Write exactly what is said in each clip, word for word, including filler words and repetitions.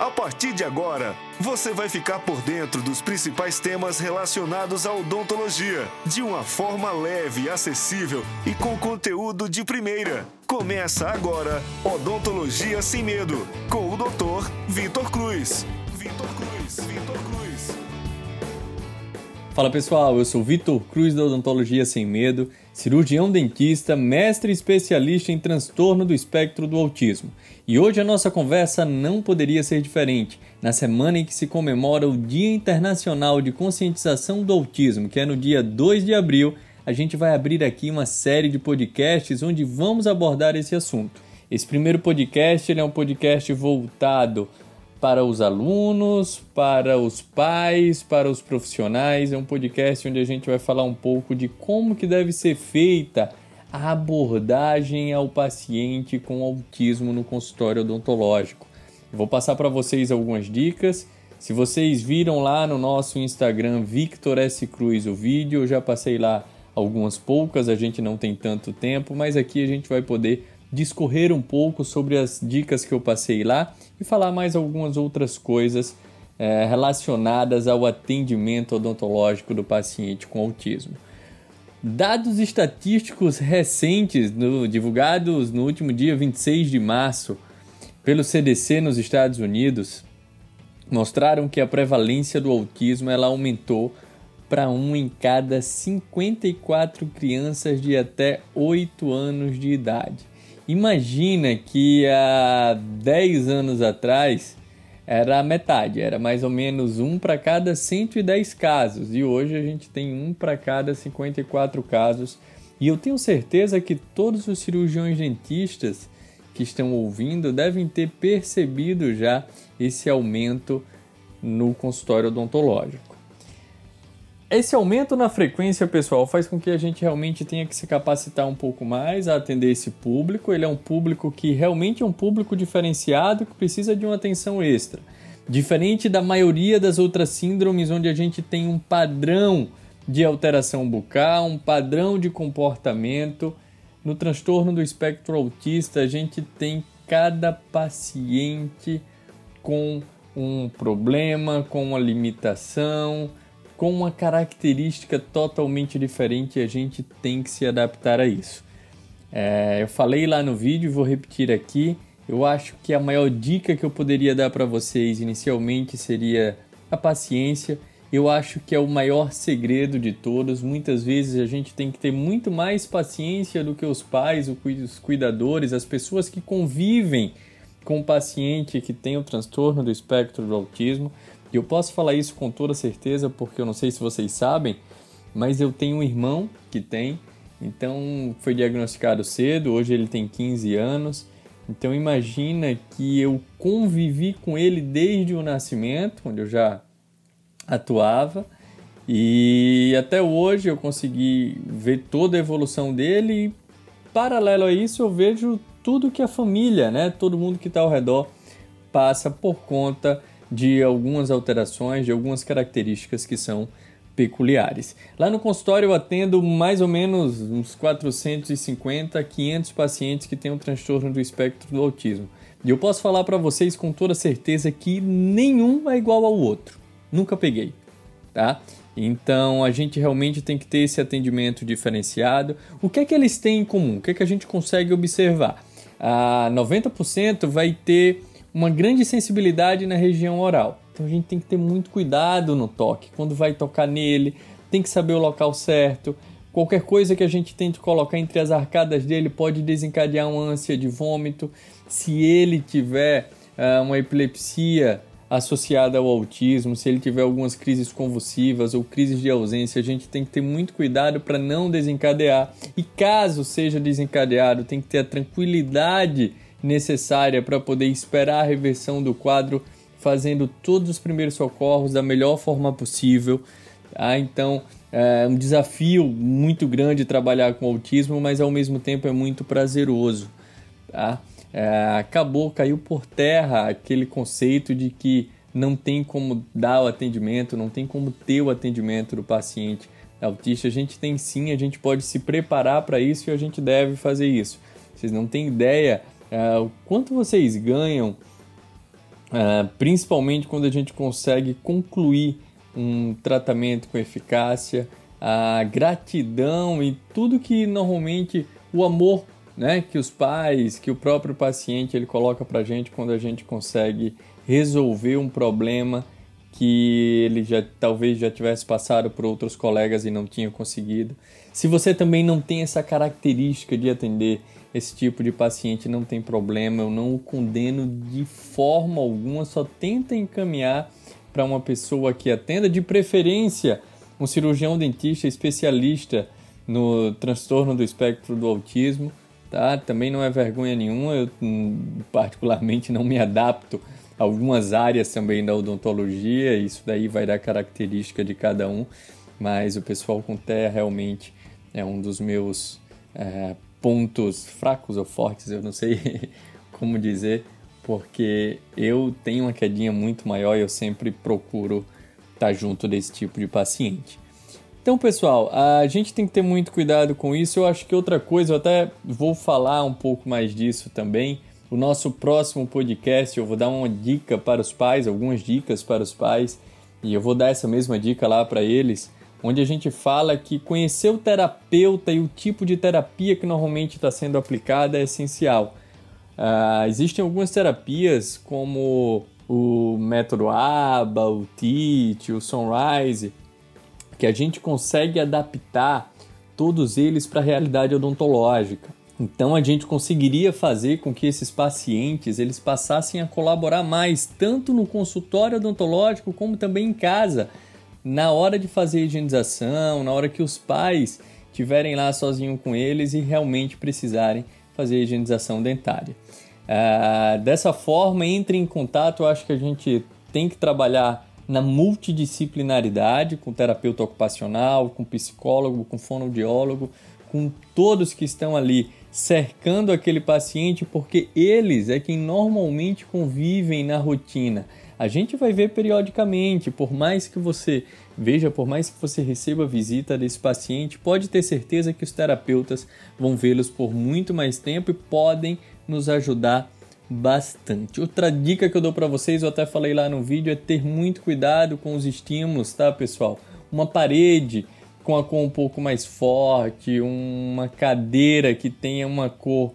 A partir de agora, você vai ficar por dentro dos principais temas relacionados à odontologia, de uma forma leve, acessível e com conteúdo de primeira. Começa agora Odontologia Sem Medo, com o doutor Vitor Cruz. Vitor Cruz, Vitor Cruz. Fala pessoal, eu sou Vitor Cruz da Odontologia Sem Medo, cirurgião dentista, mestre e especialista em transtorno do espectro do autismo. E hoje a nossa conversa não poderia ser diferente. Na semana em que se comemora o Dia Internacional de Conscientização do Autismo, que é no dia dois de abril, a gente vai abrir aqui uma série de podcasts onde vamos abordar esse assunto. Esse primeiro podcast ele é um podcast voltado para os alunos, para os pais, para os profissionais. É um podcast onde a gente vai falar um pouco de como que deve ser feita a abordagem ao paciente com autismo no consultório odontológico. Eu vou passar para vocês algumas dicas. Se vocês viram lá no nosso Instagram, Victor S. Cruz, o vídeo, eu já passei lá algumas poucas, a gente não tem tanto tempo, mas aqui a gente vai poder discorrer um pouco sobre as dicas que eu passei lá e falar mais algumas outras coisas é, relacionadas ao atendimento odontológico do paciente com autismo. Dados estatísticos recentes, no, divulgados no último dia vinte e seis de março pelo C D C nos Estados Unidos, mostraram que a prevalência do autismo ela aumentou para um em cada cinquenta e quatro crianças de até oito anos de idade. Imagina que há dez anos atrás era a metade, era mais ou menos um para cada cento e dez casos, e hoje a gente tem um para cada cinquenta e quatro casos, e eu tenho certeza que todos os cirurgiões dentistas que estão ouvindo devem ter percebido já esse aumento no consultório odontológico. Esse aumento na frequência, pessoal, faz com que a gente realmente tenha que se capacitar um pouco mais a atender esse público. Ele é um público que realmente é um público diferenciado que precisa de uma atenção extra. Diferente da maioria das outras síndromes, onde a gente tem um padrão de alteração bucal, um padrão de comportamento. No transtorno do espectro autista, a gente tem cada paciente com um problema, com uma limitação, com uma característica totalmente diferente, e a gente tem que se adaptar a isso. É, eu falei lá no vídeo e vou repetir aqui, eu acho que a maior dica que eu poderia dar para vocês inicialmente seria a paciência. Eu acho que é o maior segredo de todos. Muitas vezes a gente tem que ter muito mais paciência do que os pais, os cuidadores, as pessoas que convivem com o paciente que tem o transtorno do espectro do autismo. E eu posso falar isso com toda certeza porque eu não sei se vocês sabem, mas eu tenho um irmão que tem, então foi diagnosticado cedo, hoje ele tem quinze anos, então imagina que eu convivi com ele desde o nascimento, onde eu já atuava, e até hoje eu consegui ver toda a evolução dele e paralelo a isso eu vejo tudo que a família, né, todo mundo que está ao redor passa por conta de algumas alterações, de algumas características que são peculiares. Lá no consultório eu atendo mais ou menos uns quatrocentos e cinquenta a quinhentos pacientes que têm um transtorno do espectro do autismo. E eu posso falar para vocês com toda certeza que nenhum é igual ao outro. Nunca peguei, tá? Então a gente realmente tem que ter esse atendimento diferenciado. O que é que eles têm em comum? O que é que a gente consegue observar? Ah, noventa por cento vai ter uma grande sensibilidade na região oral. Então a gente tem que ter muito cuidado no toque. Quando vai tocar nele, tem que saber o local certo. Qualquer coisa que a gente tente colocar entre as arcadas dele pode desencadear uma ânsia de vômito. Se ele tiver uh, uma epilepsia associada ao autismo, se ele tiver algumas crises convulsivas ou crises de ausência, a gente tem que ter muito cuidado para não desencadear. E caso seja desencadeado, tem que ter a tranquilidade necessária para poder esperar a reversão do quadro, fazendo todos os primeiros socorros da melhor forma possível. Tá? Então, é um desafio muito grande trabalhar com autismo, mas ao mesmo tempo é muito prazeroso. Tá? É, acabou, caiu por terra aquele conceito de que não tem como dar o atendimento, não tem como ter o atendimento do paciente autista. A gente tem sim, a gente pode se preparar para isso e a gente deve fazer isso. Vocês não têm ideia uh, o quanto vocês ganham uh, principalmente quando a gente consegue concluir um tratamento com eficácia, a gratidão e tudo que normalmente o amor, né, que os pais, que o próprio paciente ele coloca pra gente quando a gente consegue resolver um problema que ele já talvez já tivesse passado por outros colegas e não tinha conseguido. Se você também não tem essa característica de atender esse tipo de paciente, não tem problema, eu não o condeno de forma alguma, só tenta encaminhar para uma pessoa que atenda, de preferência um cirurgião dentista especialista no transtorno do espectro do autismo, tá? Também não é vergonha nenhuma, eu particularmente não me adapto a algumas áreas também da odontologia, isso daí vai dar característica de cada um, mas o pessoal com T E A realmente é um dos meus é, pontos fracos ou fortes, eu não sei como dizer, porque eu tenho uma quedinha muito maior e eu sempre procuro estar junto desse tipo de paciente. Então, pessoal, a gente tem que ter muito cuidado com isso. Eu acho que outra coisa, eu até vou falar um pouco mais disso também. O nosso próximo podcast, eu vou dar uma dica para os pais, algumas dicas para os pais, e eu vou dar essa mesma dica lá para eles, onde a gente fala que conhecer o terapeuta e o tipo de terapia que normalmente está sendo aplicada é essencial. Uh, existem algumas terapias como o método A B A, o T I T, o Sunrise, que a gente consegue adaptar todos eles para a realidade odontológica. Então a gente conseguiria fazer com que esses pacientes eles passassem a colaborar mais, tanto no consultório odontológico como também em casa, na hora de fazer a higienização, na hora que os pais estiverem lá sozinhos com eles e realmente precisarem fazer a higienização dentária. Uh, dessa forma, entre em contato, eu acho que a gente tem que trabalhar na multidisciplinaridade, com terapeuta ocupacional, com psicólogo, com fonoaudiólogo, com todos que estão ali cercando aquele paciente, porque eles é quem normalmente convivem na rotina. A gente vai ver periodicamente, por mais que você veja, por mais que você receba a visita desse paciente, pode ter certeza que os terapeutas vão vê-los por muito mais tempo e podem nos ajudar bastante. Outra dica que eu dou para vocês, eu até falei lá no vídeo, é ter muito cuidado com os estímulos, tá, pessoal? Uma parede com a cor um pouco mais forte, uma cadeira que tenha uma cor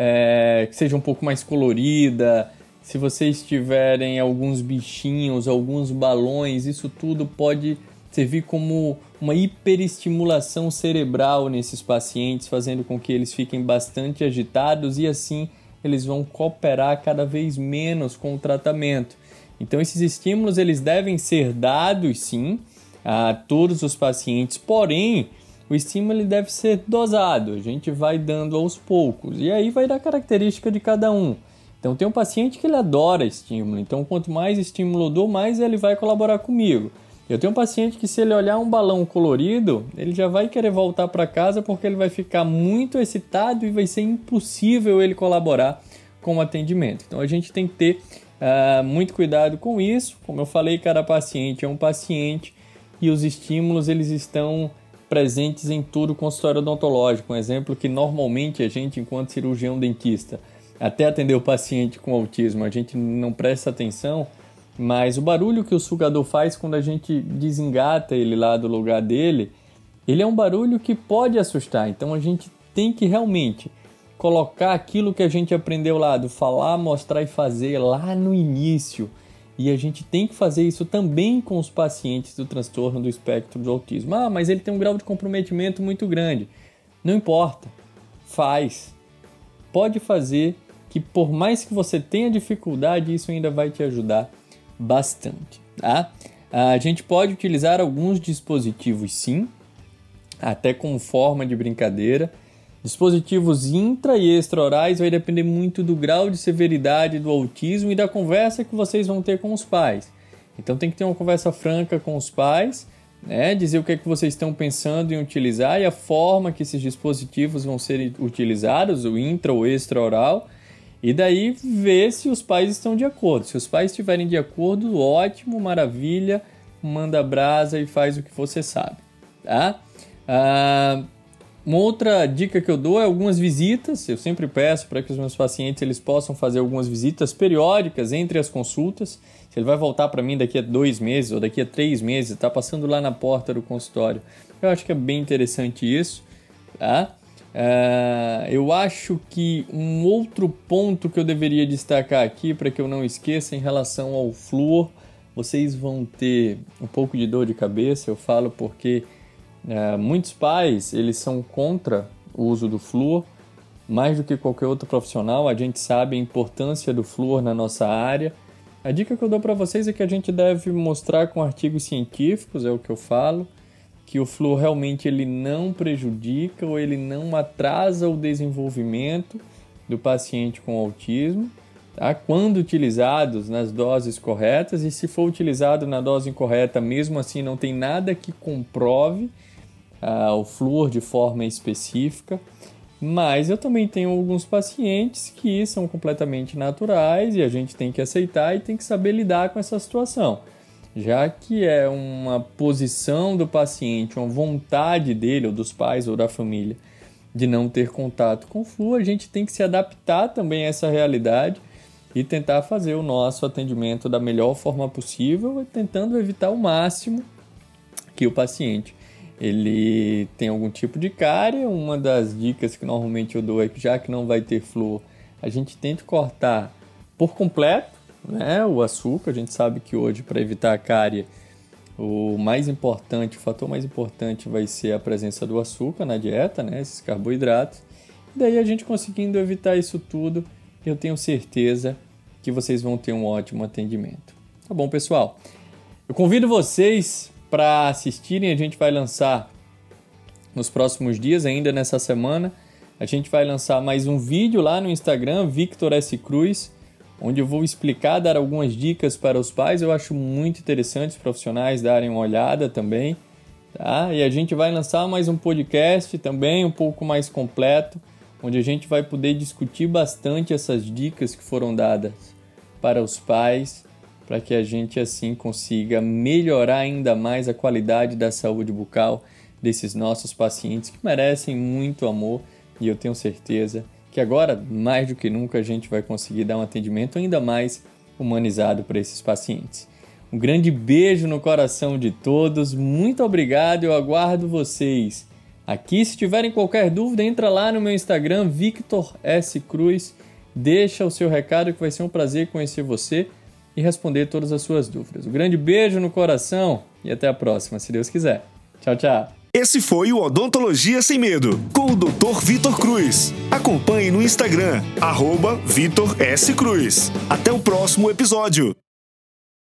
é, que seja um pouco mais colorida. Se vocês tiverem alguns bichinhos, alguns balões, isso tudo pode servir como uma hiperestimulação cerebral nesses pacientes, fazendo com que eles fiquem bastante agitados e assim eles vão cooperar cada vez menos com o tratamento. Então esses estímulos eles devem ser dados sim a todos os pacientes, porém o estímulo ele deve ser dosado, a gente vai dando aos poucos e aí vai dar característica de cada um. Então tem um paciente que ele adora estímulo, então quanto mais estímulo eu dou, mais ele vai colaborar comigo. Eu tenho um paciente que se ele olhar um balão colorido, ele já vai querer voltar para casa porque ele vai ficar muito excitado e vai ser impossível ele colaborar com o atendimento. Então a gente tem que ter uh, muito cuidado com isso. Como eu falei, cada paciente é um paciente e os estímulos eles estão presentes em todo o consultório odontológico. Um exemplo que normalmente a gente, enquanto cirurgião dentista, até atender o paciente com autismo, a gente não presta atenção, mas o barulho que o sugador faz quando a gente desengata ele lá do lugar dele, ele é um barulho que pode assustar. Então a gente tem que realmente colocar aquilo que a gente aprendeu lá, do falar, mostrar e fazer lá no início. E a gente tem que fazer isso também com os pacientes do transtorno do espectro do autismo. Ah, mas ele tem um grau de comprometimento muito grande. Não importa, faz. Pode fazer, que por mais que você tenha dificuldade, isso ainda vai te ajudar bastante, tá? A gente pode utilizar alguns dispositivos sim, até como forma de brincadeira. Dispositivos intra e extra-orais vai depender muito do grau de severidade do autismo e da conversa que vocês vão ter com os pais. Então tem que ter uma conversa franca com os pais, né? Dizer o que é que vocês estão pensando em utilizar e a forma que esses dispositivos vão ser utilizados, o intra ou extra-oral. E daí ver se os pais estão de acordo. Se os pais estiverem de acordo, ótimo, maravilha, manda brasa e faz o que você sabe, tá? Ah, Uma outra dica que eu dou é algumas visitas. Eu sempre peço para que os meus pacientes eles possam fazer algumas visitas periódicas entre as consultas. Se ele vai voltar para mim daqui a dois meses ou daqui a três meses, está passando lá na porta do consultório. Eu acho que é bem interessante isso, tá? Uh, eu acho que um outro ponto que eu deveria destacar aqui, para que eu não esqueça, em relação ao flúor, vocês vão ter um pouco de dor de cabeça, eu falo porque uh, muitos pais eles são contra o uso do flúor, mais do que qualquer outro profissional. A gente sabe a importância do flúor na nossa área. A dica que eu dou para vocês é que a gente deve mostrar com artigos científicos, é o que eu falo, que o flúor realmente ele não prejudica ou ele não atrasa o desenvolvimento do paciente com autismo, tá? Quando utilizados nas doses corretas, e se for utilizado na dose incorreta, mesmo assim não tem nada que comprove ah, o flúor de forma específica. Mas eu também tenho alguns pacientes que são completamente naturais e a gente tem que aceitar e tem que saber lidar com essa situação. Já que é uma posição do paciente, uma vontade dele, ou dos pais, ou da família, de não ter contato com o flúor, a gente tem que se adaptar também a essa realidade e tentar fazer o nosso atendimento da melhor forma possível, tentando evitar ao máximo que o paciente ele tem algum tipo de cárie. Uma das dicas que normalmente eu dou é que, já que não vai ter flúor, a gente tente cortar por completo, né, o açúcar. A gente sabe que hoje, para evitar a cárie, o mais importante, o fator mais importante vai ser a presença do açúcar na dieta, né, esses carboidratos. E daí a gente conseguindo evitar isso tudo, eu tenho certeza que vocês vão ter um ótimo atendimento. Tá bom, pessoal? Eu convido vocês para assistirem. A gente vai lançar nos próximos dias, ainda nessa semana, a gente vai lançar mais um vídeo lá no Instagram, Victor S. Cruz, onde eu vou explicar, dar algumas dicas para os pais. Eu acho muito interessante os profissionais darem uma olhada também, tá? E a gente vai lançar mais um podcast também, um pouco mais completo, onde a gente vai poder discutir bastante essas dicas que foram dadas para os pais, para que a gente assim consiga melhorar ainda mais a qualidade da saúde bucal desses nossos pacientes que merecem muito amor. E eu tenho certeza que agora, mais do que nunca, a gente vai conseguir dar um atendimento ainda mais humanizado para esses pacientes. Um grande beijo no coração de todos, muito obrigado, eu aguardo vocês aqui. Se tiverem qualquer dúvida, entra lá no meu Instagram, Victor S. Cruz, deixa o seu recado que vai ser um prazer conhecer você e responder todas as suas dúvidas. Um grande beijo no coração e até a próxima, se Deus quiser. Tchau, tchau. Esse foi o Odontologia Sem Medo, com o doutor Victor Cruz. Acompanhe no Instagram, arroba Victor S. Cruz. Até o próximo episódio.